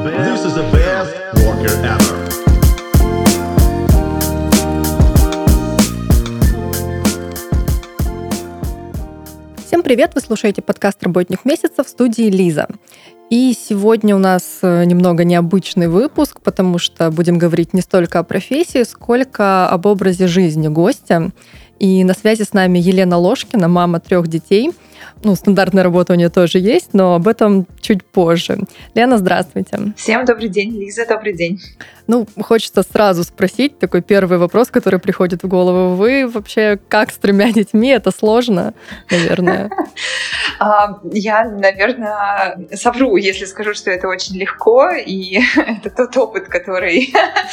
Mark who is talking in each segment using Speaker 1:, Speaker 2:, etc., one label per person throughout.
Speaker 1: This is the best worker ever.
Speaker 2: Всем привет! Вы слушаете подкаст «Работник месяца» в студии Лиза. И сегодня у нас немного необычный выпуск, потому что будем говорить не столько о профессии, сколько об образе жизни гостя. И на связи с нами Елена Ложкина, мама 3 детей. Стандартная работа у нее тоже есть, но об этом чуть позже. Лена, здравствуйте.
Speaker 3: Всем добрый день, Лиза, добрый день.
Speaker 2: Хочется сразу спросить, такой первый вопрос, который приходит в голову. Вы вообще как с 3 детьми? Это сложно, наверное?
Speaker 3: Я, наверное, совру, если скажу, что это очень легко, и это тот опыт, который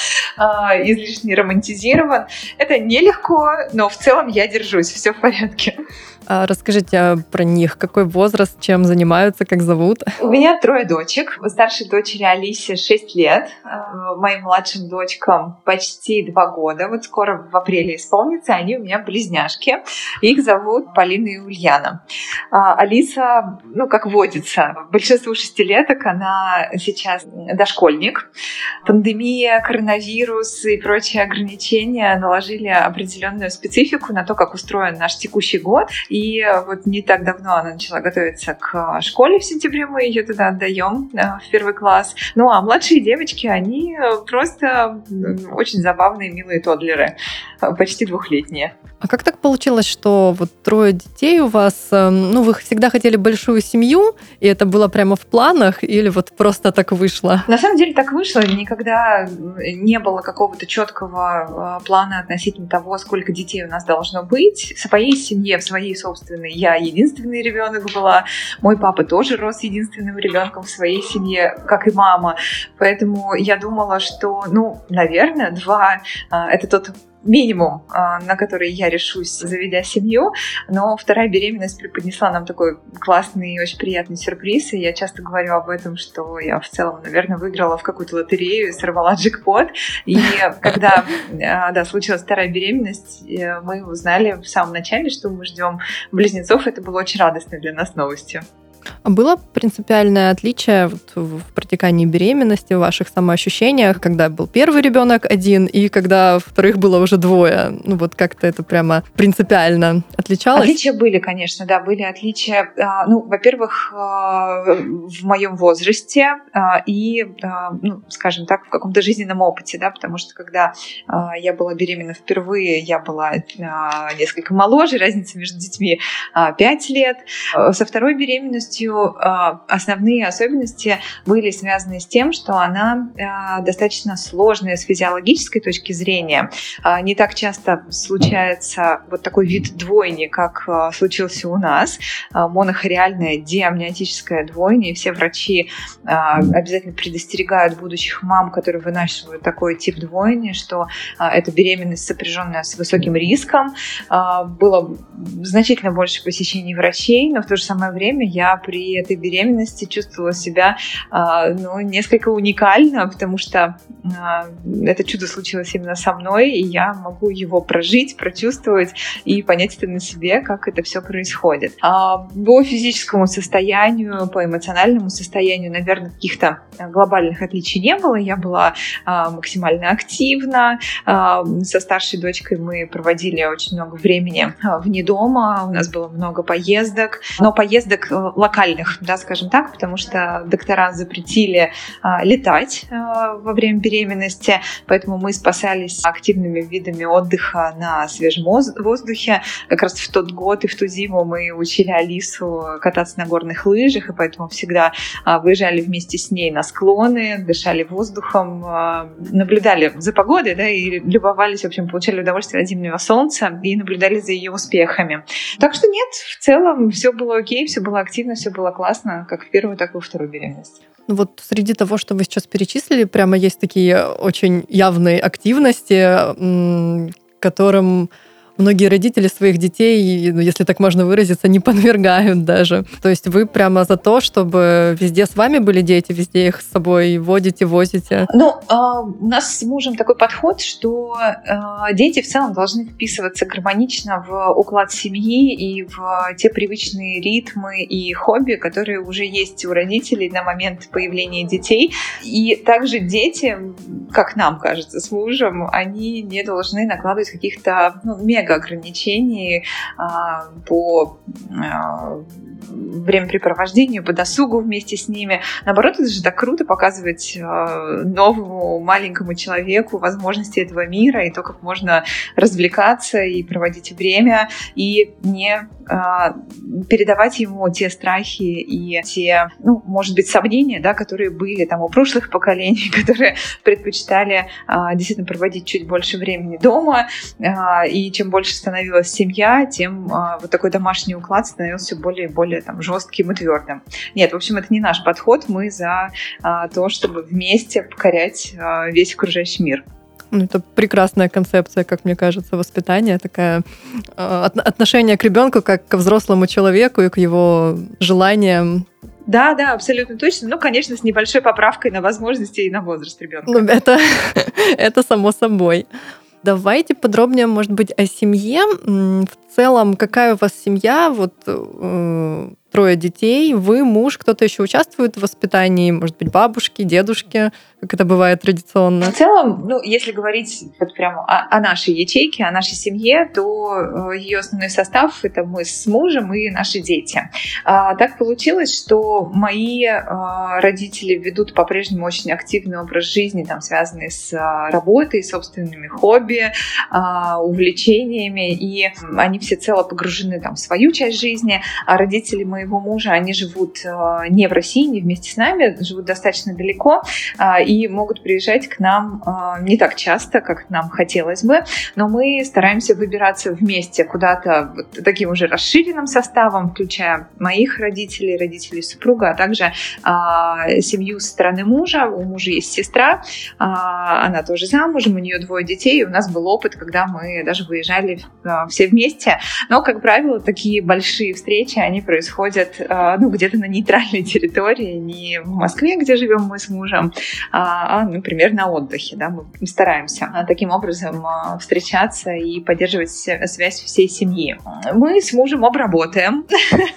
Speaker 3: излишне романтизирован. Это нелегко, но в целом я держусь, все в порядке.
Speaker 2: Расскажите про них. Какой возраст, чем занимаются, как зовут?
Speaker 3: У меня 3 дочек. Старшей дочери Алисе 6 лет. Моим младшим дочкам почти 2 года. Вот скоро в апреле исполнится. Они у меня близняшки. Их зовут Полина и Ульяна. Алиса, как водится, большинству 6-леток, она сейчас дошкольник. Пандемия, коронавирус и прочие ограничения наложили определенную специфику на то, как устроен наш текущий год. И вот не так давно она начала готовиться к школе в сентябре, мы ее туда отдаем в 1 класс. А младшие девочки, они просто очень забавные, милые тоддлеры, почти 2-летние.
Speaker 2: А как так получилось, что вот 3 детей у вас, вы всегда хотели большую семью, и это было прямо в планах, или вот просто так вышло?
Speaker 3: На самом деле так вышло. Никогда не было какого-то четкого плана относительно того, сколько детей у нас должно быть. В своей семье, в своей собственной, я единственный ребенок была. Мой папа тоже рос единственным ребенком в своей семье, как и мама. Поэтому я думала, что, наверное, 2 — это тот минимум, на который я решусь, заведя семью. Но 2-я беременность преподнесла нам такой классный и очень приятный сюрприз. И я часто говорю об этом, что я в целом, наверное, выиграла в какую-то лотерею и сорвала джекпот. И когда случилась 2-я беременность, мы узнали в самом начале, что мы ждем близнецов. Это было очень радостной для нас новостью.
Speaker 2: А было принципиальное отличие в протекании беременности, в ваших самоощущениях, когда был первый ребенок один и когда 2 было уже 2? Как-то это прямо принципиально отличалось?
Speaker 3: Отличия были, конечно, да, были отличия. Во-первых, в моем возрасте и, скажем так, в каком-то жизненном опыте, да, потому что когда я была беременна впервые, я была несколько моложе, разница между детьми 5 лет. Со 2-й беременностью основные особенности были связаны с тем, что она достаточно сложная с физиологической точки зрения. Не так часто случается вот такой вид двойни, как случился у нас. Монохориальная диамниотическая двойня, и все врачи обязательно предостерегают будущих мам, которые вынашивают такой тип двойни, что это беременность, сопряженная с высоким риском. Было значительно больше посещений врачей, но в то же самое время я при этой беременности чувствовала себя несколько уникально, потому что это чудо случилось именно со мной, и я могу его прожить, прочувствовать и понять это на себе, как это все происходит. По физическому состоянию, по эмоциональному состоянию, наверное, каких-то глобальных отличий не было. Я была максимально активна. Со старшей дочкой мы проводили очень много времени вне дома, у нас было много поездок, но поездок локальных, да, скажем так, потому что доктора запретили летать во время беременности, поэтому мы спасались активными видами отдыха на свежем воздухе. Как раз в тот год и в ту зиму мы учили Алису кататься на горных лыжах, и поэтому всегда выезжали вместе с ней на склоны, дышали воздухом, наблюдали за погодой, да, и любовались, в общем, получали удовольствие от зимнего солнца и наблюдали за ее успехами. Так что нет, в целом все было окей, все было активно, все было классно, как в 1-ю, так и во 2-ю беременность.
Speaker 2: Среди того, что вы сейчас перечислили, прямо есть такие очень явные активности, которым многие родители своих детей, ну, если так можно выразиться, не подвергают даже. То есть вы прямо за то, чтобы везде с вами были дети, везде их с собой водите, возите?
Speaker 3: Ну, у нас с мужем такой подход, что дети в целом должны вписываться гармонично в уклад семьи и в те привычные ритмы и хобби, которые уже есть у родителей на момент появления детей. И также дети, как нам кажется, с мужем, они не должны накладывать каких-то мега ограничений по времяпрепровождению, по досугу вместе с ними. Наоборот, это же так круто показывать новому маленькому человеку возможности этого мира и то, как можно развлекаться и проводить время, и не передавать ему те страхи и те, может быть, сомнения, да, которые были там у прошлых поколений, которые предпочитали действительно проводить чуть больше времени дома, и чем больше становилась семья, тем вот такой домашний уклад становился все более и более там жестким и твердым. Нет, в общем, это не наш подход, мы за то, чтобы вместе покорять весь окружающий мир.
Speaker 2: Это прекрасная концепция, как мне кажется, воспитания, такое отношение к ребенку как к взрослому человеку и к его желаниям.
Speaker 3: Да, абсолютно точно. Ну, конечно, с небольшой поправкой на возможности и на возраст ребенка.
Speaker 2: Это само собой. Давайте подробнее, может быть, о семье. В целом, какая у вас семья? Вот 3 детей, вы, муж, кто-то еще участвует в воспитании, может быть, бабушки, дедушки, как это бывает традиционно?
Speaker 3: В целом, если говорить вот прямо о нашей ячейке, о нашей семье, то ее основной состав — это мы с мужем и наши дети. Так получилось, что мои родители ведут по-прежнему очень активный образ жизни, там, связанный с работой, собственными хобби, увлечениями, и они всецело погружены там в свою часть жизни, а родители моего мужа, они живут не в России, не вместе с нами, живут достаточно далеко и могут приезжать к нам не так часто, как нам хотелось бы, но мы стараемся выбираться вместе куда-то вот таким уже расширенным составом, включая моих родителей, родителей супруга, а также семью со стороны мужа. У мужа есть сестра, она тоже замужем, у нее 2 детей, и у нас был опыт, когда мы даже выезжали все вместе, но, как правило, такие большие встречи, они происходят где-то на нейтральной территории, не в Москве, где живем мы с мужем, например, на отдыхе. Да? Мы стараемся таким образом встречаться и поддерживать связь всей семьи. Мы с мужем работаем.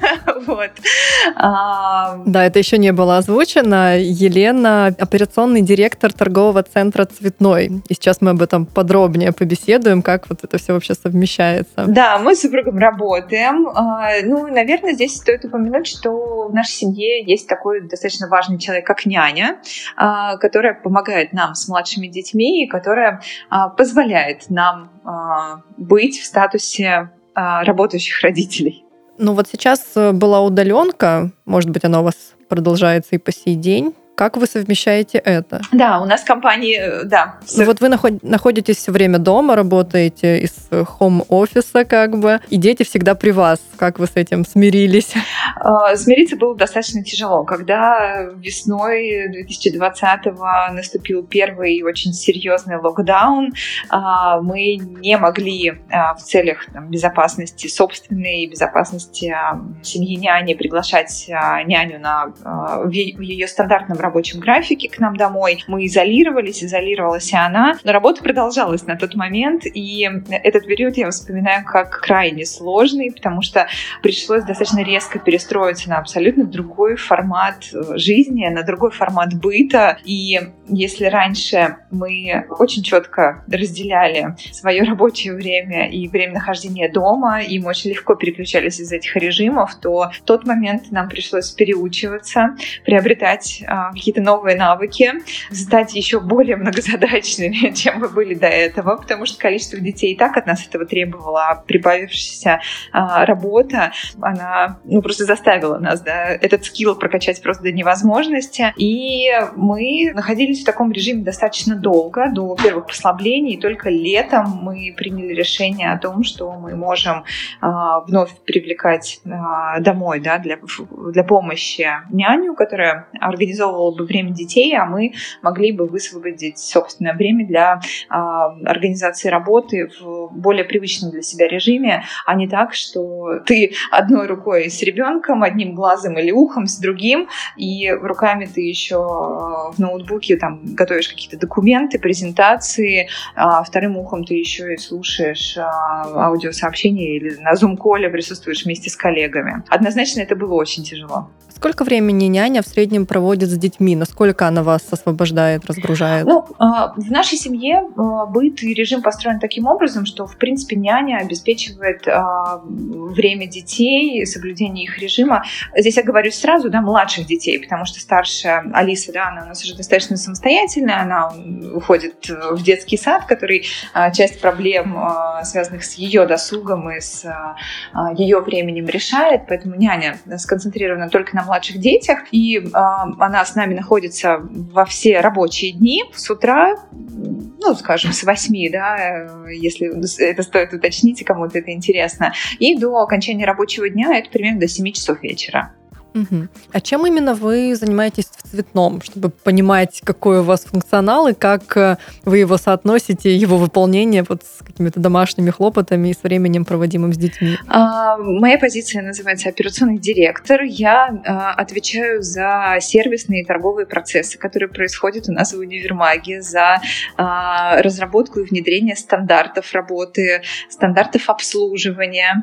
Speaker 2: Да, это еще не было озвучено. Елена — операционный директор торгового центра «Цветной». И сейчас мы об этом подробнее побеседуем, как вот это все вообще совмещается.
Speaker 3: Да, мы с супругом работаем. Наверное, здесь стоит упомянуть, что в нашей семье есть такой достаточно важный человек, как няня, которая помогает нам с младшими детьми и которая позволяет нам быть в статусе работающих родителей.
Speaker 2: Вот сейчас была удаленка, может быть, она у вас продолжается и по сей день. Как вы совмещаете это?
Speaker 3: Да, у нас компании, да.
Speaker 2: Вот вы находитесь все время дома, работаете из хоум-офиса и дети всегда при вас. Как вы с этим смирились?
Speaker 3: Смириться было достаточно тяжело. Когда весной 2020-го наступил первый очень серьезный локдаун, мы не могли в целях безопасности собственной и безопасности семьи няни приглашать няню в ее стандартном рабочем графике к нам домой. Мы изолировалась и она, но работа продолжалась на тот момент, и этот период я вспоминаю как крайне сложный, потому что пришлось достаточно резко перестроиться на абсолютно другой формат жизни, на другой формат быта, и если раньше мы очень четко разделяли свое рабочее время и время нахождения дома, и мы очень легко переключались из этих режимов, то в тот момент нам пришлось переучиваться, приобретать какие-то новые навыки, стать еще более многозадачными, чем мы были до этого, потому что количество детей и так от нас этого требовало, а прибавившаяся работа, она просто заставила нас этот скилл прокачать просто до невозможности. И мы находились в таком режиме достаточно долго, до первых послаблений, и только летом мы приняли решение о том, что мы можем вновь привлекать домой для помощи няню, которая организовывала было бы время детей, а мы могли бы высвободить собственное время для организации работы в более привычном для себя режиме, а не так, что ты одной рукой с ребенком, одним глазом или ухом с другим, и руками ты еще в ноутбуке там готовишь какие-то документы, презентации, а вторым ухом ты еще и слушаешь аудиосообщения или на Zoom-коле присутствуешь вместе с коллегами. Однозначно это было очень тяжело.
Speaker 2: Сколько времени няня в среднем проводит с детьми? Насколько она вас освобождает, разгружает?
Speaker 3: В нашей семье быт и режим построен таким образом, что, в принципе, няня обеспечивает время детей, соблюдение их режима. Здесь я говорю сразу, младших детей, потому что старшая Алиса, она у нас уже достаточно самостоятельная, она уходит в детский сад, который часть проблем, связанных с ее досугом и с ее временем, решает, поэтому няня сконцентрирована только на младших детях, и она с нами находится во все рабочие дни с утра, скажем, с 8, если это стоит уточнить, и кому-то это интересно, и до окончания рабочего дня это примерно до 7 часов вечера.
Speaker 2: Угу. А чем именно вы занимаетесь в цветном, чтобы понимать, какой у вас функционал и как вы его соотносите, его выполнение с какими-то домашними хлопотами и с временем, проводимым с детьми?
Speaker 3: Моя позиция называется операционный директор. Я отвечаю за сервисные и торговые процессы, которые происходят у нас в универмаге, за разработку и внедрение стандартов работы, стандартов обслуживания,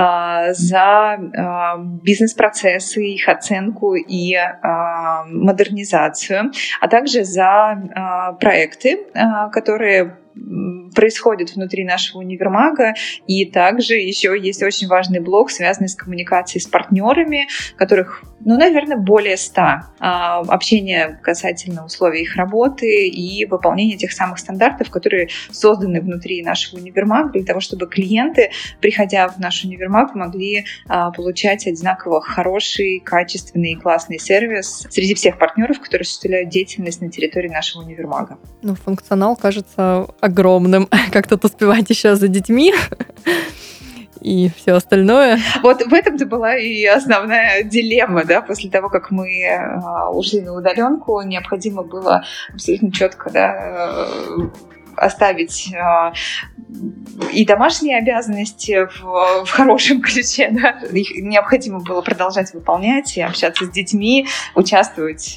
Speaker 3: за бизнес-процессы, их оценку и модернизацию, а также за проекты, которые происходит внутри нашего универмага, и также еще есть очень важный блок, связанный с коммуникацией с партнерами, которых, наверное, более 100. Общение касательно условий их работы и выполнения тех самых стандартов, которые созданы внутри нашего универмага для того, чтобы клиенты, приходя в наш универмаг, могли получать одинаково хороший, качественный и классный сервис среди всех партнеров, которые осуществляют деятельность на территории нашего универмага.
Speaker 2: Функционал кажется огромным. Как тут успевать еще за детьми и все остальное.
Speaker 3: Вот в этом-то была и основная дилемма, после того, как мы ушли на удаленку, необходимо было абсолютно четко, оставить и домашние обязанности в хорошем ключе, их необходимо было продолжать выполнять и общаться с детьми, участвовать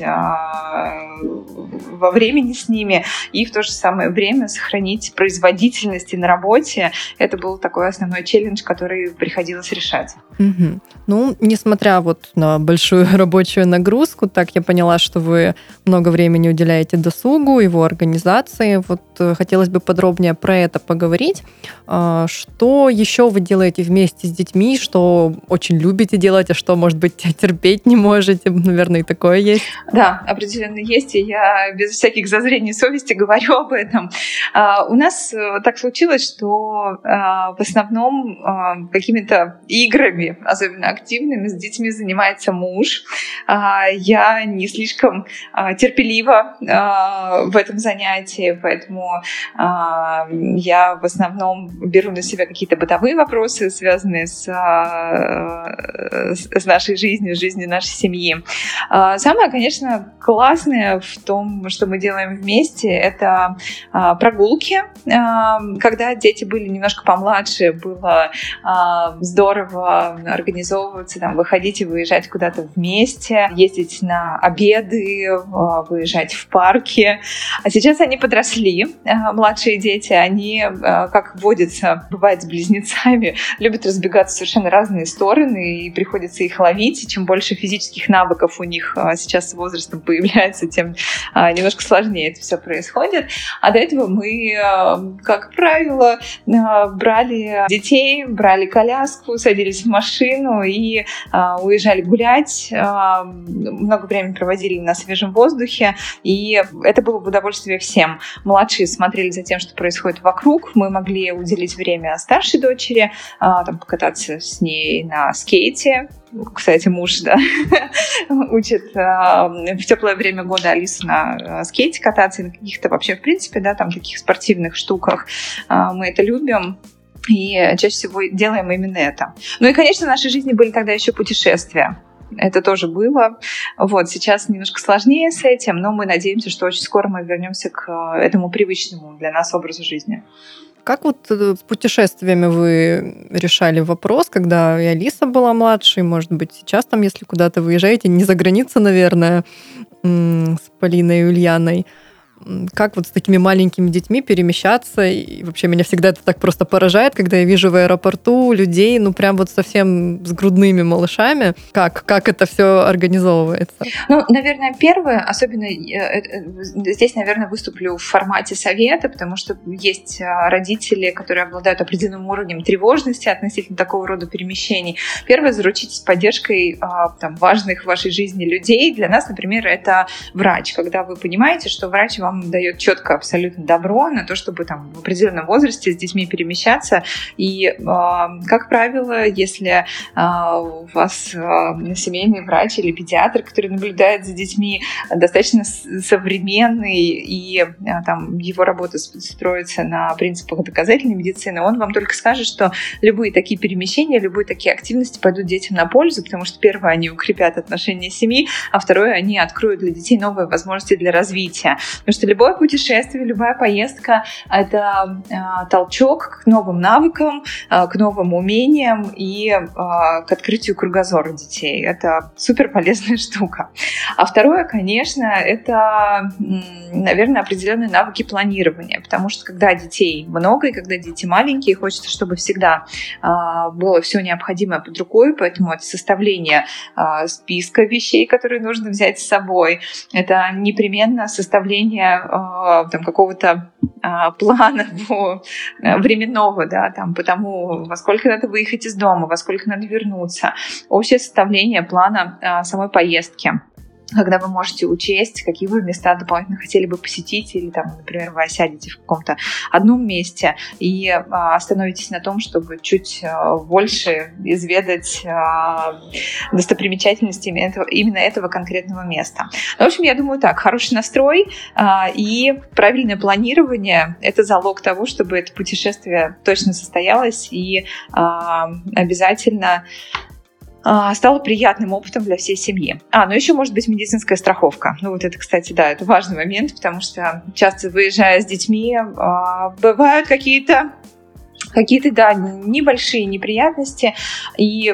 Speaker 3: во времени с ними и в то же самое время сохранить производительность и на работе. Это был такой основной челлендж, который приходилось решать.
Speaker 2: Угу. Несмотря на большую рабочую нагрузку, так я поняла, что вы много времени уделяете досугу, его организации. Хотелось бы подробнее про это поговорить. Что еще вы делаете вместе с детьми, что очень любите делать, а что, может быть, терпеть не можете? Наверное, и такое есть.
Speaker 3: Да, определенно есть, и я без всяких зазрений совести говорю об этом. У нас так случилось, что в основном какими-то играми, особенно активными, с детьми занимается муж. Я не слишком терпелива в этом занятии, поэтому я в основном беру на себя какие-то бытовые вопросы, связанные с нашей жизнью, жизнью нашей семьи. Самое, конечно, классное в том, что мы делаем вместе, это прогулки. Когда дети были немножко помладше, было здорово организовываться, выходить и выезжать куда-то вместе, ездить на обеды, выезжать в парки. А сейчас они подросли, младшие дети, они, как водится, бывает с близнецами, любят разбегаться в совершенно разные стороны, и приходится их ловить. И чем больше физических навыков у них сейчас с возрастом появляется, тем немножко сложнее это все происходит. А до этого мы, как правило, брали детей, брали коляску, садились в машину и уезжали гулять. Много времени проводили на свежем воздухе, и это было в удовольствие всем. Младшие смотрели за тем, что происходит вокруг. Мы могли уделить время старшей дочери, покататься с ней на скейте. Кстати, муж учит в теплое время года Алису на скейте кататься и на каких-то вообще, в принципе, таких спортивных штуках. Мы это любим. И чаще всего делаем именно это. Ну и, конечно, в нашей жизни были тогда еще путешествия. это тоже было. Вот, сейчас немножко сложнее с этим, но мы надеемся, что очень скоро мы вернемся к этому привычному для нас образу жизни.
Speaker 2: Как вот с путешествиями вы решали вопрос, когда и Алиса была младшей, может быть, сейчас там, если куда-то выезжаете, не за границу, наверное, с Полиной и Ульяной, как вот с такими маленькими детьми перемещаться? И вообще меня всегда это так просто поражает, когда я вижу в аэропорту людей, ну прям вот совсем с грудными малышами. Как это все организовывается?
Speaker 3: Ну, наверное, первое, особенно здесь, наверное, выступлю в формате совета, потому что есть родители, которые обладают определенным уровнем тревожности относительно такого рода перемещений. Первое, заручитесь поддержкой там, важных в вашей жизни людей. Для нас, например, это врач. Когда вы понимаете, что врач вам дает четко абсолютно добро на то, чтобы там в определенном возрасте с детьми перемещаться. И, как правило, если у вас семейный врач или педиатр, который наблюдает за детьми, достаточно современный, и там его работа строится на принципах доказательной медицины, он вам только скажет, что любые такие перемещения, любые такие активности пойдут детям на пользу, потому что, первое, они укрепят отношения семьи, а второе, они откроют для детей новые возможности для развития. Потому что любое путешествие, любая поездка — это толчок к новым навыкам, к новым умениям и к открытию кругозора детей. Это супер полезная штука. А второе, конечно, это, наверное, определенные навыки планирования, потому что когда детей много и когда дети маленькие, хочется, чтобы всегда было все необходимое под рукой, поэтому это составление списка вещей, которые нужно взять с собой, это непременно составление там, какого-то плана временного, да, там, по тому, во сколько надо выехать из дома, во сколько надо вернуться, общее составление плана самой поездки, когда вы можете учесть, какие вы места дополнительно хотели бы посетить, или, там, например, вы осядете в каком-то одном месте и остановитесь на том, чтобы чуть больше изведать достопримечательности именно этого конкретного места. Ну, в общем, я думаю так, хороший настрой и правильное планирование — это залог того, чтобы это путешествие точно состоялось и обязательно стало приятным опытом для всей семьи. Ну еще может быть медицинская страховка. Ну вот это, кстати, да, это важный момент, потому что часто, выезжая с детьми, бывают какие-то, да, небольшие неприятности. И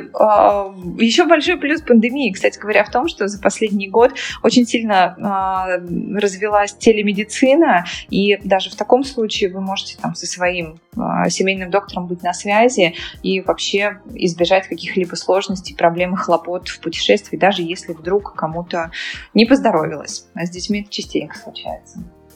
Speaker 3: еще большой плюс пандемии, кстати говоря, в том, что за последний год очень сильно развилась телемедицина, и даже в таком случае вы можете там со своим семейным доктором быть на связи и вообще избежать каких-либо сложностей, проблем и хлопот в путешествии, даже если вдруг кому-то не поздоровилось. А с детьми это частенько случается.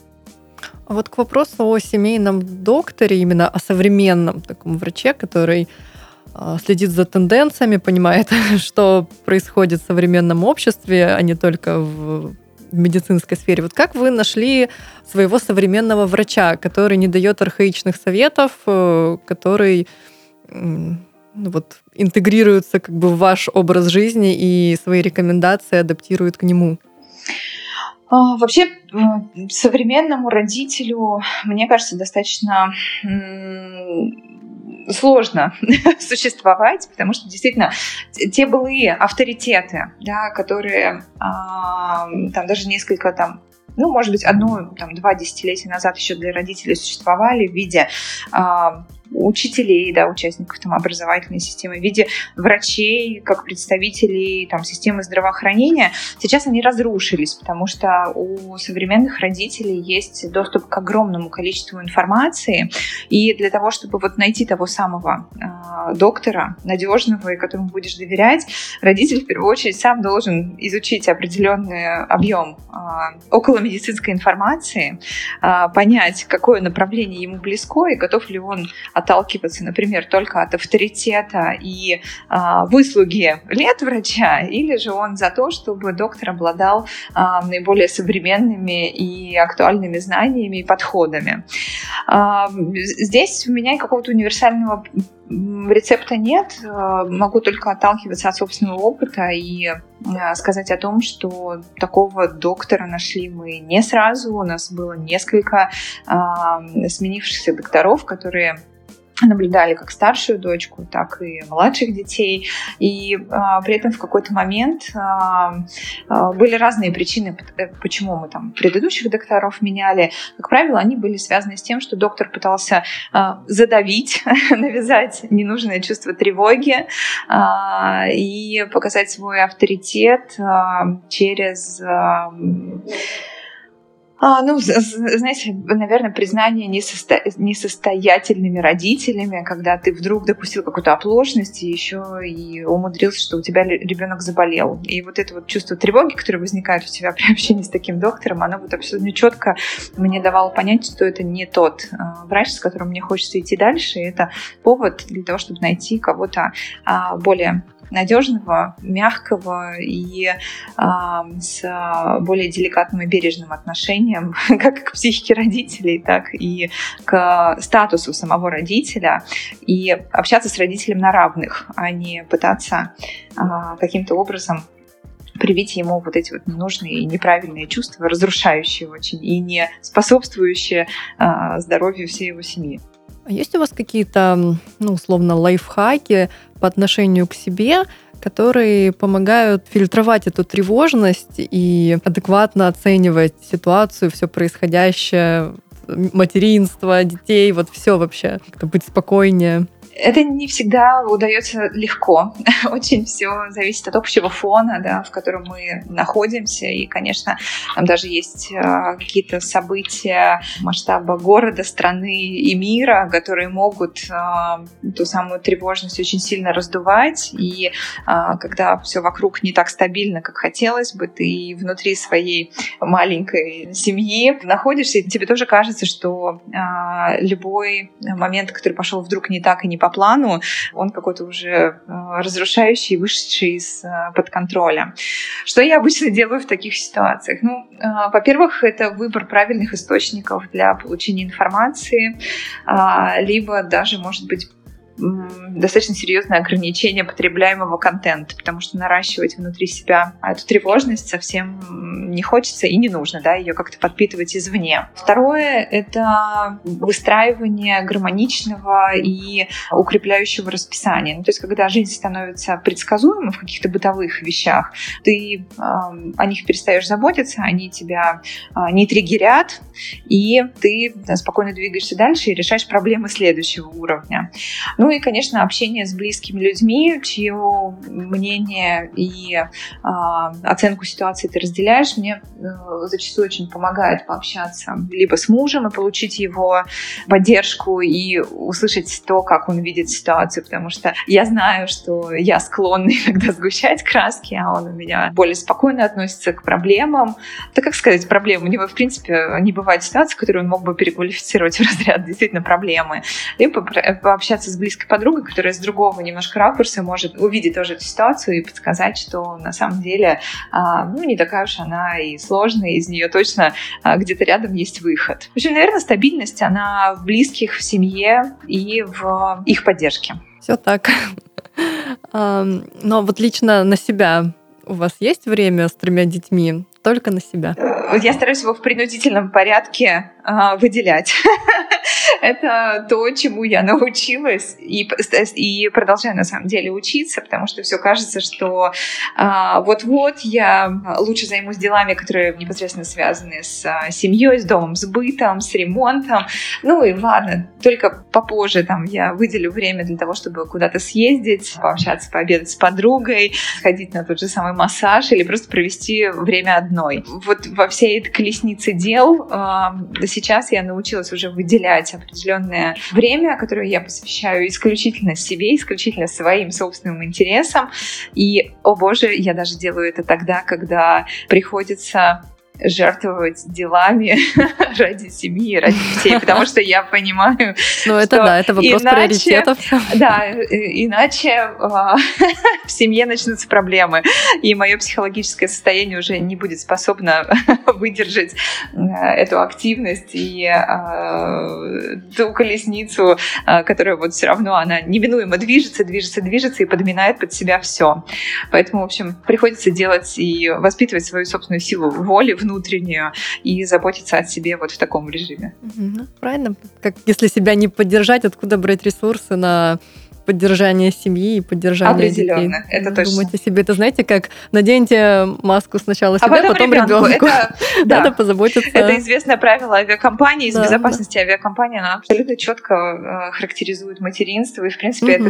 Speaker 2: А вот к вопросу о семейном докторе, именно о современном таком враче, который следит за тенденциями, понимает, что происходит в современном обществе, а не только в медицинской сфере. Вот как вы нашли своего современного врача, который не дает архаичных советов, который вот, интегрируется как бы в ваш образ жизни и свои рекомендации адаптирует к нему?
Speaker 3: Вообще, современному родителю, мне кажется, достаточно сложно существовать, потому что действительно те былые авторитеты, да, которые там даже несколько там, ну, может быть, 1-2 десятилетия назад еще для родителей существовали в виде учителей, да, участников там, образовательной системы, в виде врачей, как представителей там, системы здравоохранения, сейчас они разрушились, потому что у современных родителей есть доступ к огромному количеству информации, и для того, чтобы вот найти того самого доктора, надежного, и которому будешь доверять, родитель в первую очередь сам должен изучить определенный объем околомедицинской информации, понять, какое направление ему близко, и готов ли он отталкиваться, например, только от авторитета и выслуги лет врача, или же он за то, чтобы доктор обладал наиболее современными и актуальными знаниями и подходами. Здесь у меня какого-то универсального рецепта нет. Могу только отталкиваться от собственного опыта и сказать о том, что такого доктора нашли мы не сразу. У нас было несколько сменившихся докторов, которые наблюдали как старшую дочку, так и младших детей. И при этом в какой-то момент были разные причины, почему мы там предыдущих докторов меняли. Как правило, они были связаны с тем, что доктор пытался задавить, навязать ненужное чувство тревоги и показать свой авторитет через... знаете, наверное, признание несостоятельными родителями, когда ты вдруг допустил какую-то оплошность и еще и умудрился, что у тебя ребенок заболел. И вот это вот чувство тревоги, которое возникает у тебя при общении с таким доктором, оно вот абсолютно четко мне давало понять, что это не тот врач, с которым мне хочется идти дальше. И это повод для того, чтобы найти кого-то более надежного, мягкого и с более деликатным и бережным отношением как к психике родителей, так и к статусу самого родителя, и общаться с родителем на равных, а не пытаться каким-то образом привить ему вот эти вот ненужные и неправильные чувства, разрушающие очень и не способствующие здоровью всей его семьи.
Speaker 2: А есть у вас какие-то, условно, лайфхаки по отношению к себе, которые помогают фильтровать эту тревожность и адекватно оценивать ситуацию, все происходящее, материнство, детей, вот все вообще, как-то быть спокойнее?
Speaker 3: Это не всегда удается легко. Очень все зависит от общего фона, да, в котором мы находимся. И, конечно, там даже есть какие-то события масштаба города, страны и мира, которые могут ту самую тревожность очень сильно раздувать. И когда все вокруг не так стабильно, как хотелось бы, ты внутри своей маленькой семьи находишься, и тебе тоже кажется, что любой момент, который пошел вдруг не так и не по плану, он какой-то уже разрушающий, вышедший из-под контроля. Что я обычно делаю в таких ситуациях? Во-первых, это выбор правильных источников для получения информации, либо даже, может быть, достаточно серьезное ограничение потребляемого контента, потому что наращивать внутри себя эту тревожность совсем не хочется и не нужно, да, ее как-то подпитывать извне. Второе — это выстраивание гармоничного и укрепляющего расписания. То есть, когда жизнь становится предсказуемой в каких-то бытовых вещах, ты о них перестаешь заботиться, они тебя не триггерят, и ты спокойно двигаешься дальше и решаешь проблемы следующего уровня. И, конечно, общение с близкими людьми, чье мнение и оценку ситуации ты разделяешь, мне зачастую очень помогает пообщаться либо с мужем и получить его поддержку и услышать то, как он видит ситуацию, потому что я знаю, что я склонна иногда сгущать краски, а он у меня более спокойно относится к проблемам. Да, как сказать, проблемы? У него, в принципе, не бывает ситуации, которую он мог бы переквалифицировать в разряд действительно проблемы. Либо пообщаться с близкой подругой, которая с другого немножко ракурса может увидеть тоже эту ситуацию и подсказать, что на самом деле не такая уж она и сложная, из нее точно где-то рядом есть выход. В общем, наверное, стабильность, она в близких, в семье и в их поддержке.
Speaker 2: Все так. Но вот лично на себя у вас есть время с 3 детьми? Только на себя?
Speaker 3: Я стараюсь его в принудительном порядке выделять. Это то, чему я научилась и продолжаю на самом деле учиться, потому что все кажется, что вот-вот я лучше займусь делами, которые непосредственно связаны с семьей, с домом, с бытом, с ремонтом. И ладно, только попозже там я выделю время для того, чтобы куда-то съездить, пообщаться, пообедать с подругой, сходить на тот же самый массаж или просто провести время одной. Вот во всей этой колеснице дел сейчас я научилась уже выделять определенное время, которое я посвящаю исключительно себе, исключительно своим собственным интересам. И, о боже, я даже делаю это тогда, когда приходится жертвовать делами ради семьи, ради детей, потому что я понимаю,
Speaker 2: это вопрос приоритетов.
Speaker 3: Да, иначе в семье начнутся проблемы, и мое психологическое состояние уже не будет способно выдержать эту активность и ту колесницу, которая вот все равно она неминуемо движется и подминает под себя все. Поэтому, в общем, приходится делать и воспитывать свою собственную силу воли внутреннюю и заботиться о себе вот в таком режиме.
Speaker 2: Правильно. Как если себя не поддержать, откуда брать ресурсы на поддержание семьи и поддержание детей.
Speaker 3: Определенно, это точно.
Speaker 2: Думайте себе, это знаете, как наденьте маску сначала себе, потом ребенку. Надо позаботиться.
Speaker 3: Это известное правило авиакомпании, из безопасности авиакомпании, оно абсолютно четко характеризует материнство, и, в принципе, это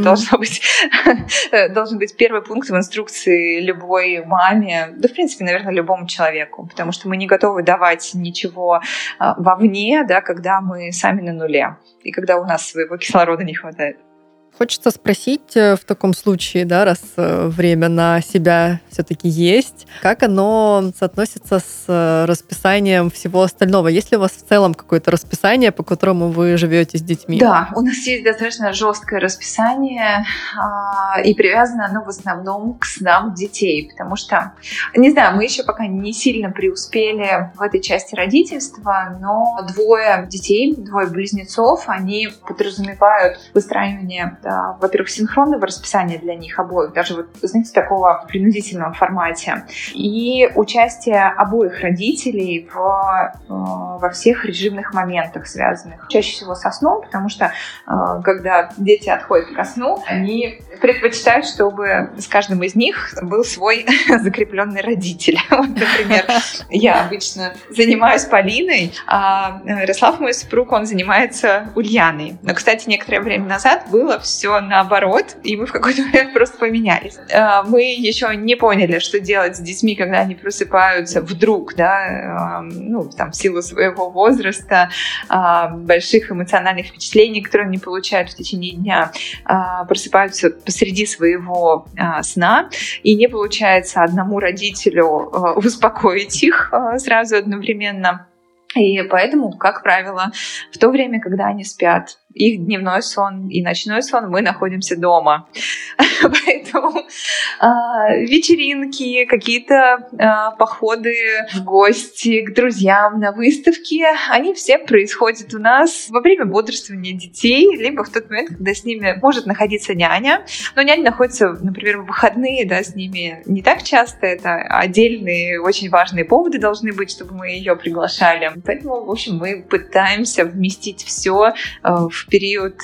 Speaker 3: должен быть первый пункт в инструкции любой маме, да, в принципе, наверное, любому человеку, потому что мы не готовы давать ничего вовне, да, когда мы сами на нуле, и когда у нас своего кислорода не хватает.
Speaker 2: Хочется спросить в таком случае, да, раз время на себя все-таки есть, как оно соотносится с расписанием всего остального? Есть ли у вас в целом какое-то расписание, по которому вы живете с детьми?
Speaker 3: Да, у нас есть достаточно жесткое расписание, и привязано оно в основном к снам детей, потому что, не знаю, мы еще пока не сильно преуспели в этой части родительства, но 2 детей, 2 близнецов, они подразумевают выстраивание, во-первых, синхронного расписания для них обоих, даже вот, знаете, такого принудительном формате, и участие обоих родителей во всех режимных моментах, связанных чаще всего со сном, потому что когда дети отходят ко сну, они предпочитают, чтобы с каждым из них был свой закрепленный родитель. Вот, например, я обычно занимаюсь Полиной, а Ярослав, мой супруг, он занимается Ульяной. Но, кстати, некоторое время назад было все наоборот, и мы в какой-то момент просто поменялись. Мы еще не поняли, что делать с детьми, когда они просыпаются вдруг, да, в силу своего возраста, больших эмоциональных впечатлений, которые они получают в течение дня, просыпаются посреди своего сна, и не получается одному родителю успокоить их сразу одновременно. И поэтому, как правило, в то время, когда они спят, их дневной сон и ночной сон, мы находимся дома. Поэтому вечеринки, какие-то походы в гости к друзьям на выставки, они все происходят у нас во время бодрствования детей, либо в тот момент, когда с ними может находиться няня. Но няня находится, например, в выходные, да, с ними не так часто. Это отдельные, очень важные поводы должны быть, чтобы мы ее приглашали. Поэтому, в общем, мы пытаемся вместить все в период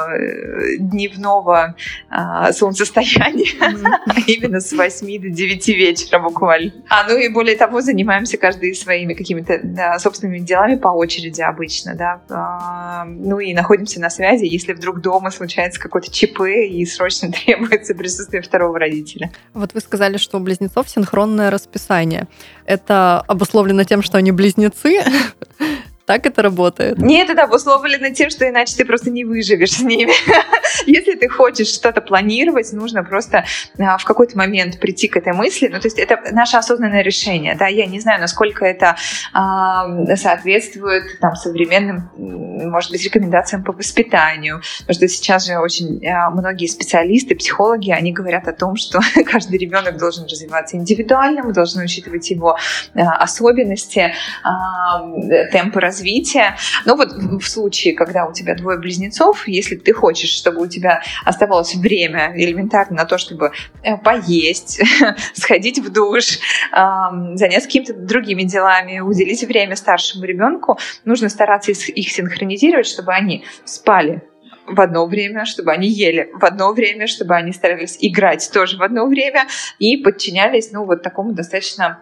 Speaker 3: дневного солнцестояния, именно с 8 до 9 вечера буквально. И более того, занимаемся каждый своими какими-то собственными делами по очереди обычно, да. И находимся на связи, если вдруг дома случается какой-то ЧП и срочно требуется присутствие второго родителя.
Speaker 2: Вот вы сказали, что у близнецов синхронное расписание. Это обусловлено тем, что они близнецы? Так это работает?
Speaker 3: Нет, это обусловлено тем, что иначе ты просто не выживешь с ними. Если ты хочешь что-то планировать, нужно просто в какой-то момент прийти к этой мысли. То есть это наше осознанное решение. Да? Я не знаю, насколько это соответствует современным, может быть, рекомендациям по воспитанию. Потому что сейчас же очень многие специалисты, психологи, они говорят о том, что каждый ребенок должен развиваться индивидуально, мы должны учитывать его особенности, темпы развития. Но вот в случае, когда у тебя 2 близнецов, если ты хочешь, чтобы у тебя оставалось время элементарно на то, чтобы поесть, сходить в душ, заняться какими-то другими делами, уделить время старшему ребенку, нужно стараться их синхронизировать, чтобы они спали в одно время, чтобы они ели в одно время, чтобы они старались играть тоже в одно время и подчинялись такому достаточно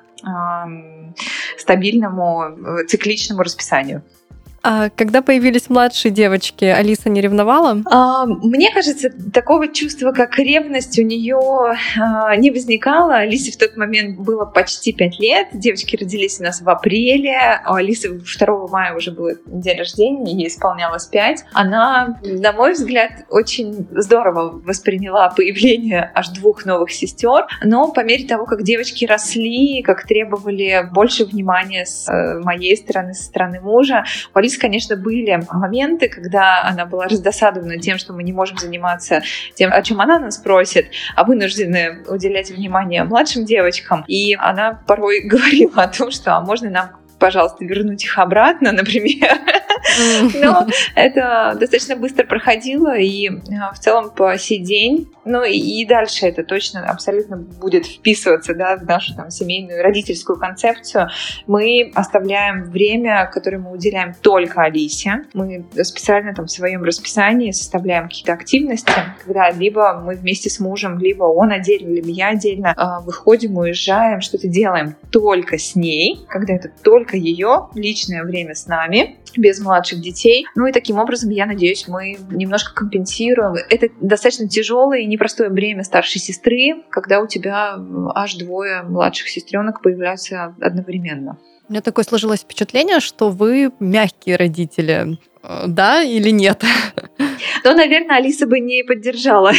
Speaker 3: стабильному, цикличному расписанию.
Speaker 2: А когда появились младшие девочки, Алиса не ревновала?
Speaker 3: Мне кажется, такого чувства, как ревность, у нее не возникало. Алисе в тот момент было почти 5 лет. Девочки родились у нас в апреле. У Алисы 2 мая уже был день рождения, ей исполнялось 5. Она, на мой взгляд, очень здорово восприняла появление аж 2 новых сестер. Но по мере того, как девочки росли, как требовали больше внимания с моей стороны, со стороны мужа, у Алисы, конечно, были моменты, когда она была раздосадована тем, что мы не можем заниматься тем, о чем она нас просит, а вынуждены уделять внимание младшим девочкам. И она порой говорила о том, что можно нам, пожалуйста, вернуть их обратно, например. Но это достаточно быстро проходило, и в целом по сей день, ну и дальше это точно абсолютно будет вписываться, да, в нашу там семейную родительскую концепцию. Мы оставляем время, которое мы уделяем только Алисе. Мы специально там в своем расписании составляем какие-то активности, когда либо мы вместе с мужем, либо он отдельно, либо я отдельно выходим, уезжаем, что-то делаем только с ней, когда это только ее личное время с нами, без младших детей. Ну и таким образом, я надеюсь, мы немножко компенсируем. Это достаточно тяжелое и непростое бремя старшей сестры, когда у тебя аж двое младших сестренок появляются одновременно.
Speaker 2: У меня такое сложилось впечатление, что вы мягкие родители. Да или нет?
Speaker 3: Ну, наверное, Алиса бы не поддержала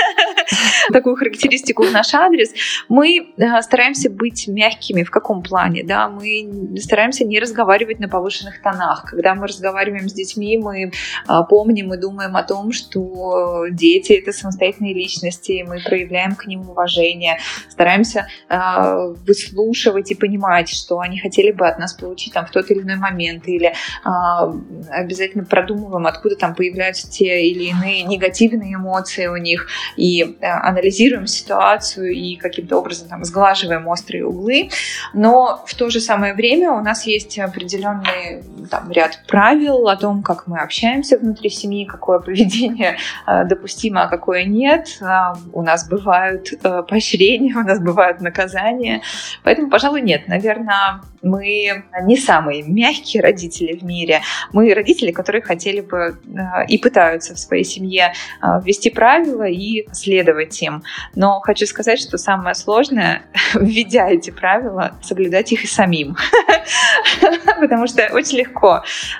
Speaker 3: такую характеристику в наш адрес. Мы стараемся быть мягкими. В каком плане? Да? Мы стараемся не разговаривать на повышенных тонах. Когда мы разговариваем с детьми, мы помним и думаем о том, что дети — это самостоятельные личности, мы проявляем к ним уважение, стараемся выслушивать и понимать, что они хотели бы от нас получить там в тот или иной момент, или обязательно продумываем, откуда там появляются те или иные негативные эмоции у них, и анализируем ситуацию и каким-то образом там сглаживаем острые углы. Но в то же самое время у нас есть определенный там ряд правил о том, как мы общаемся внутри семьи, какое поведение допустимо, а какое нет. У нас бывают поощрения, у нас бывают наказания. Поэтому, пожалуй, нет. Наверное, мы не самые мягкие родители в мире. Мы родители, которые хотели бы и пытаются в своей семье ввести правила и следовать им. Но хочу сказать, что самое сложное, введя эти правила, соблюдать их и самим. Потому что очень легко,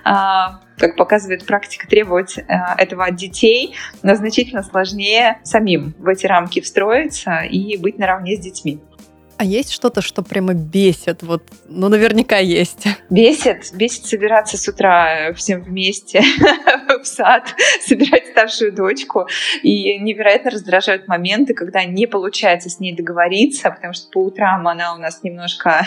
Speaker 3: как показывает практика, требовать этого от детей, но значительно сложнее самим в эти рамки встроиться и быть наравне с детьми.
Speaker 2: А есть что-то, что прямо бесит? Вот, ну, наверняка есть.
Speaker 3: Бесит собираться с утра всем вместе в сад, собирать старшую дочку. И невероятно раздражают моменты, когда не получается с ней договориться, потому что по утрам она у нас немножко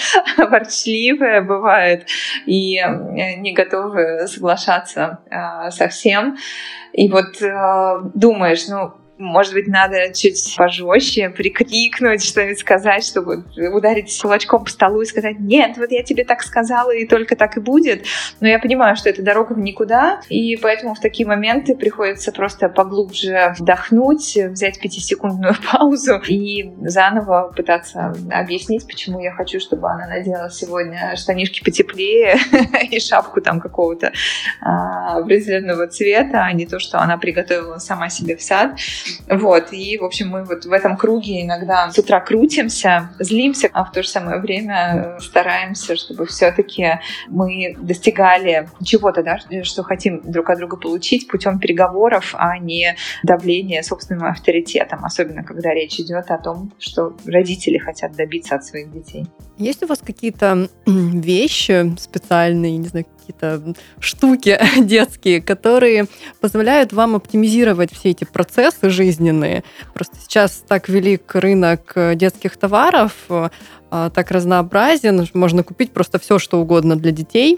Speaker 3: ворчливая бывает и не готова соглашаться со всем. И вот думаешь, может быть, надо чуть пожестче прикрикнуть, что-нибудь сказать, чтобы ударить кулачком по столу и сказать: нет, вот я тебе так сказала, и только так и будет. Но я понимаю, что это дорога в никуда, и поэтому в такие моменты приходится просто поглубже вдохнуть, взять 5-секундную паузу и заново пытаться объяснить, почему я хочу, чтобы она надела сегодня штанишки потеплее и шапку там какого-то определенного цвета, а не то, что она приготовила сама себе в сад. Вот, и, в общем, мы вот в этом круге иногда с утра крутимся, злимся, а в то же самое время стараемся, чтобы все-таки мы достигали чего-то, да, что хотим друг от друга получить путем переговоров, а не давления собственным авторитетом, особенно когда речь идет о том, что родители хотят добиться от своих детей.
Speaker 2: Есть у вас какие-то вещи специальные, не знаю, какие-то штуки детские, которые позволяют вам оптимизировать все эти процессы жизненные? Просто сейчас так велик рынок детских товаров, так разнообразен, можно купить просто все, что угодно для детей.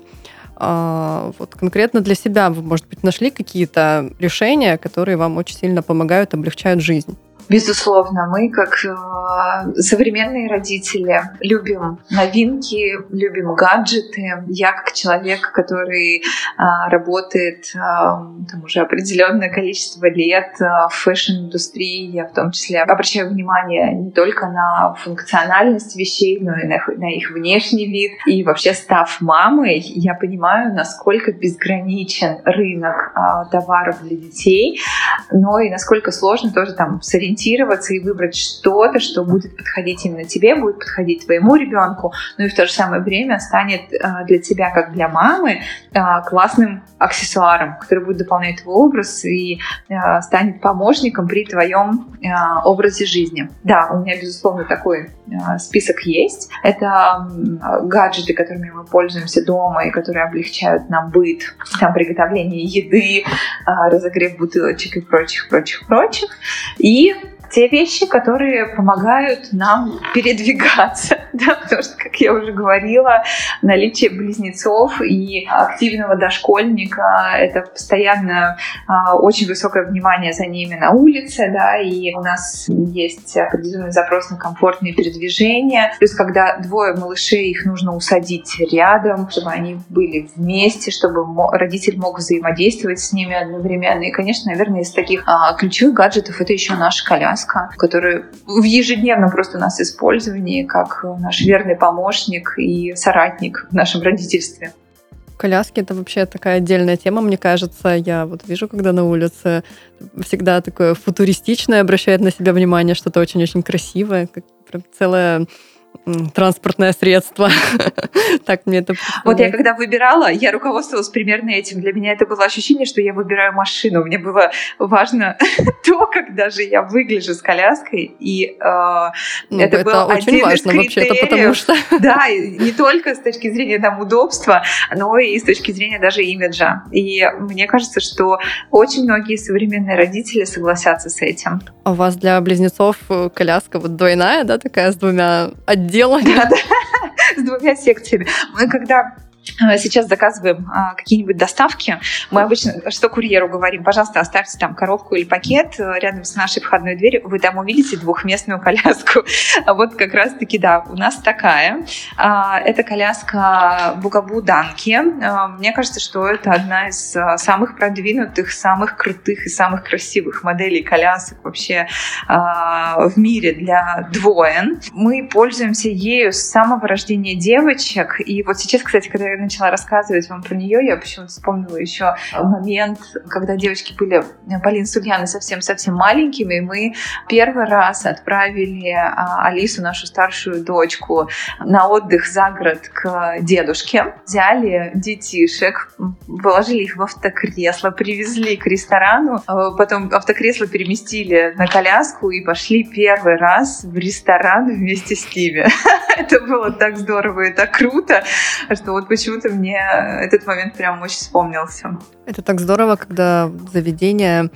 Speaker 2: Вот конкретно для себя вы, может быть, нашли какие-то решения, которые вам очень сильно помогают, облегчают жизнь?
Speaker 3: Безусловно, мы, как современные родители, любим новинки, любим гаджеты. Я, как человек, который работает там уже определенное количество лет в фэшн-индустрии, я в том числе обращаю внимание не только на функциональность вещей, но и на их внешний вид. И вообще, став мамой, я понимаю, насколько безграничен рынок товаров для детей, но и насколько сложно тоже там сориентироваться и выбрать что-то, что будет подходить именно тебе, будет подходить твоему ребенку, но и в то же самое время станет для тебя, как для мамы, классным аксессуаром, который будет дополнять твой образ и станет помощником при твоем образе жизни. Да, у меня, безусловно, такой список есть. Это гаджеты, которыми мы пользуемся дома и которые облегчают нам быт, там приготовление еды, разогрев бутылочек и прочих. И те вещи, которые помогают нам передвигаться, да, потому что, как я уже говорила, наличие близнецов и активного дошкольника — это постоянно очень высокое внимание за ними на улице, да, и у нас есть определенный запрос на комфортные передвижения. Плюс, когда двое малышей, их нужно усадить рядом, чтобы они были вместе, чтобы родитель мог взаимодействовать с ними одновременно. И, конечно, наверное, из таких ключевых гаджетов это еще наша коляска, которая в ежедневном просто у нас использовании как наш верный помощник и соратник в нашем родительстве.
Speaker 2: Коляски — это вообще такая отдельная тема, мне кажется. Я вот вижу, когда на улице всегда такое футуристичное обращает на себя внимание, что-то очень-очень красивое, как прям целое транспортное средство. Так мне это представляется.
Speaker 3: Вот я когда выбирала, я руководствовалась примерно этим. Для меня это было ощущение, что я выбираю машину. Мне было важно то, как даже я выгляжу с коляской. И это был
Speaker 2: очень
Speaker 3: один
Speaker 2: важно
Speaker 3: из
Speaker 2: вообще-то,
Speaker 3: критериев.
Speaker 2: потому что...
Speaker 3: Да, и не только с точки зрения там, удобства, но и с точки зрения даже имиджа. И мне кажется, что очень многие современные родители согласятся с этим.
Speaker 2: А у вас для близнецов коляска вот двойная, да, такая с двумя отделами?
Speaker 3: Да, с двумя секциями. Мы когда сейчас заказываем какие-нибудь доставки, мы обычно что курьеру говорим: пожалуйста, оставьте там коробку или пакет рядом с нашей входной дверью, вы там увидите двухместную коляску. Вот как раз-таки, да, у нас такая. Это коляска Bugaboo Donkey. Мне кажется, что это одна из самых продвинутых, самых крутых и самых красивых моделей колясок вообще в мире для двоен. Мы пользуемся ею с самого рождения девочек. И вот сейчас, кстати, когда я начала рассказывать вам про нее, я почему-то вспомнила еще момент, когда девочки были, Полина с Ульяной, совсем-совсем маленькими, и мы первый раз отправили Алису, нашу старшую дочку, на отдых за город к дедушке. Взяли детишек, положили их в автокресло, привезли к ресторану, потом автокресло переместили на коляску и пошли первый раз в ресторан вместе с ними. Это было так здорово и так круто, что вот почему-то мне этот момент прям очень вспомнился.
Speaker 2: Это так здорово, когда заведения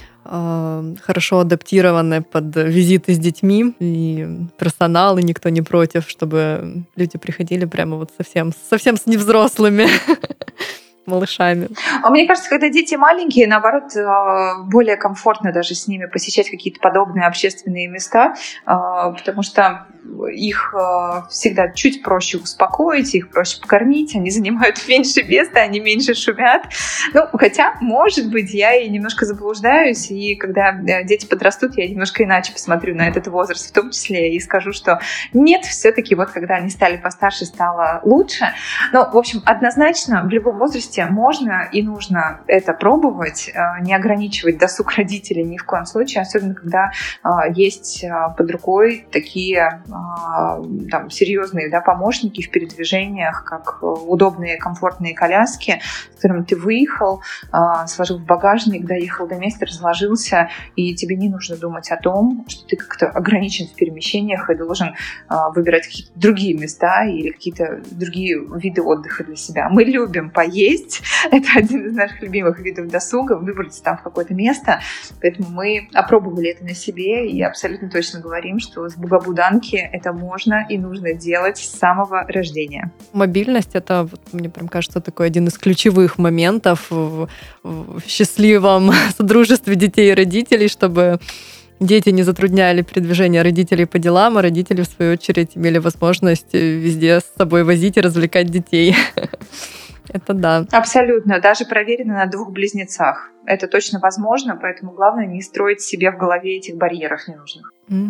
Speaker 2: хорошо адаптированы под визиты с детьми, и персонал, и никто не против, чтобы люди приходили прямо вот совсем с невзрослыми малышами.
Speaker 3: А мне кажется, когда дети маленькие, наоборот, более комфортно даже с ними посещать какие-то подобные общественные места, потому что их всегда чуть проще успокоить, их проще покормить, они занимают меньше места, они меньше шумят. Ну, хотя, может быть, я и немножко заблуждаюсь, и когда дети подрастут, я немножко иначе посмотрю на этот возраст в том числе и скажу, что нет, все-таки вот когда они стали постарше, стало лучше. Но, в общем, однозначно в любом возрасте можно и нужно это пробовать, не ограничивать досуг родителей ни в коем случае, особенно когда есть под рукой такие там, серьезные, да, помощники в передвижениях, как удобные, комфортные коляски, с которыми ты выехал, сложил в багажник, доехал до места, разложился, и тебе не нужно думать о том, что ты как-то ограничен в перемещениях и должен выбирать какие-то другие места или какие-то другие виды отдыха для себя. Мы любим поесть, это один из наших любимых видов досуга, выбраться там в какое-то место, поэтому мы опробовали это на себе и абсолютно точно говорим, что с Bugaboo Donkey это можно и нужно делать с самого рождения.
Speaker 2: Мобильность — это, вот, мне прям кажется, такой один из ключевых моментов в счастливом содружестве детей и родителей, чтобы дети не затрудняли передвижение родителей по делам, а родители, в свою очередь, имели возможность везде с собой возить и развлекать детей. Это да.
Speaker 3: Абсолютно. Даже проверено на 2 близнецах. Это точно возможно, поэтому главное не строить себе в голове этих барьеров ненужных.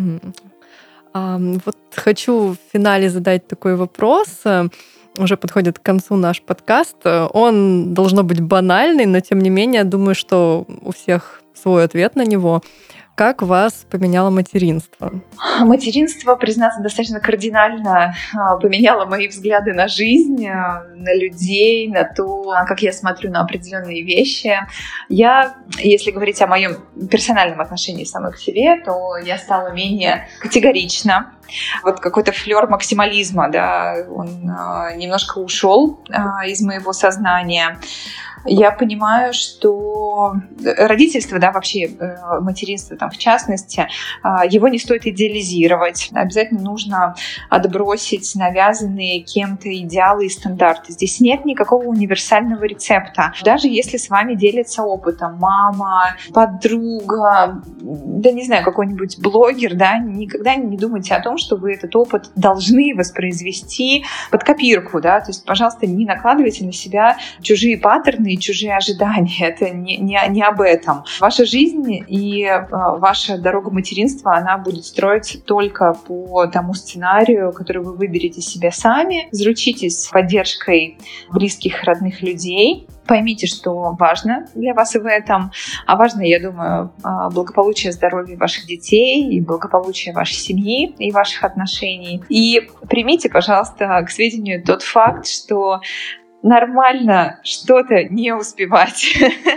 Speaker 2: Вот хочу в финале задать такой вопрос. Уже подходит к концу наш подкаст. Он должно быть банальный, но тем не менее, думаю, что у всех свой ответ на него. Как вас поменяло материнство?
Speaker 3: Материнство, признаться, достаточно кардинально поменяло мои взгляды на жизнь, на людей, на то, как я смотрю на определенные вещи. Я, если говорить о моем персональном отношении самой к себе, то я стала менее категорична. Вот какой-то флёр максимализма, да, он немножко ушел из моего сознания. Я понимаю, что родительство, да, вообще материнство там в частности, его не стоит идеализировать. Обязательно нужно отбросить навязанные кем-то идеалы и стандарты. Здесь нет никакого универсального рецепта. Даже если с вами делится опытом мама, подруга, да не знаю, какой-нибудь блогер, да, никогда не думайте о том, что вы этот опыт должны воспроизвести под копирку, да, то есть, пожалуйста, не накладывайте на себя чужие паттерны и чужие ожидания. Это не об этом. Ваша жизнь и ваша дорога материнства, она будет строиться только по тому сценарию, который вы выберете себе сами. Заручитесь поддержкой близких, родных людей. Поймите, что важно для вас и в этом. А важно, я думаю, благополучие, здоровье ваших детей и благополучие вашей семьи и ваших отношений. И примите, пожалуйста, к сведению тот факт, что нормально что-то не успевать.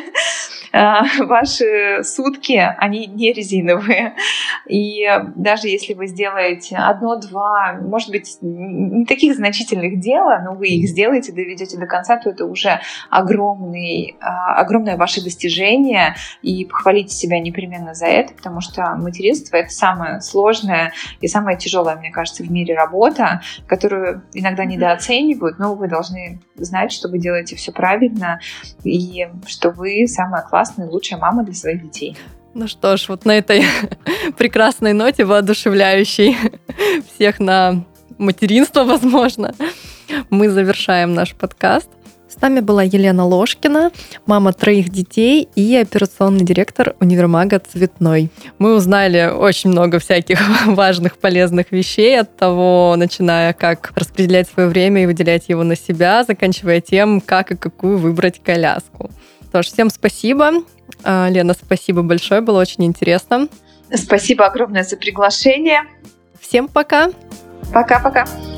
Speaker 3: Ваши сутки, они не резиновые. И даже если вы сделаете одно-два, может быть, не таких значительных дела, но вы их сделаете, доведете до конца, то это уже огромное ваше достижение. И похвалите себя непременно за это, потому что материнство — это самая сложная и самая тяжелая, мне кажется, в мире работа, которую иногда недооценивают, но вы должны знать, что вы делаете все правильно и что вы самая классная, лучшая мама для своих детей.
Speaker 2: Ну что ж, вот на этой прекрасной ноте, воодушевляющей всех на материнство, возможно, мы завершаем наш подкаст. С нами была Елена Ложкина, мама 3 детей и операционный директор универмага «Цветной». Мы узнали очень много всяких важных, полезных вещей от того, начиная, как распределять свое время и выделять его на себя, заканчивая тем, как и какую выбрать коляску. Что ж, всем спасибо. Лена, спасибо большое, было очень интересно.
Speaker 3: Спасибо огромное за приглашение.
Speaker 2: Всем пока.
Speaker 3: Пока-пока.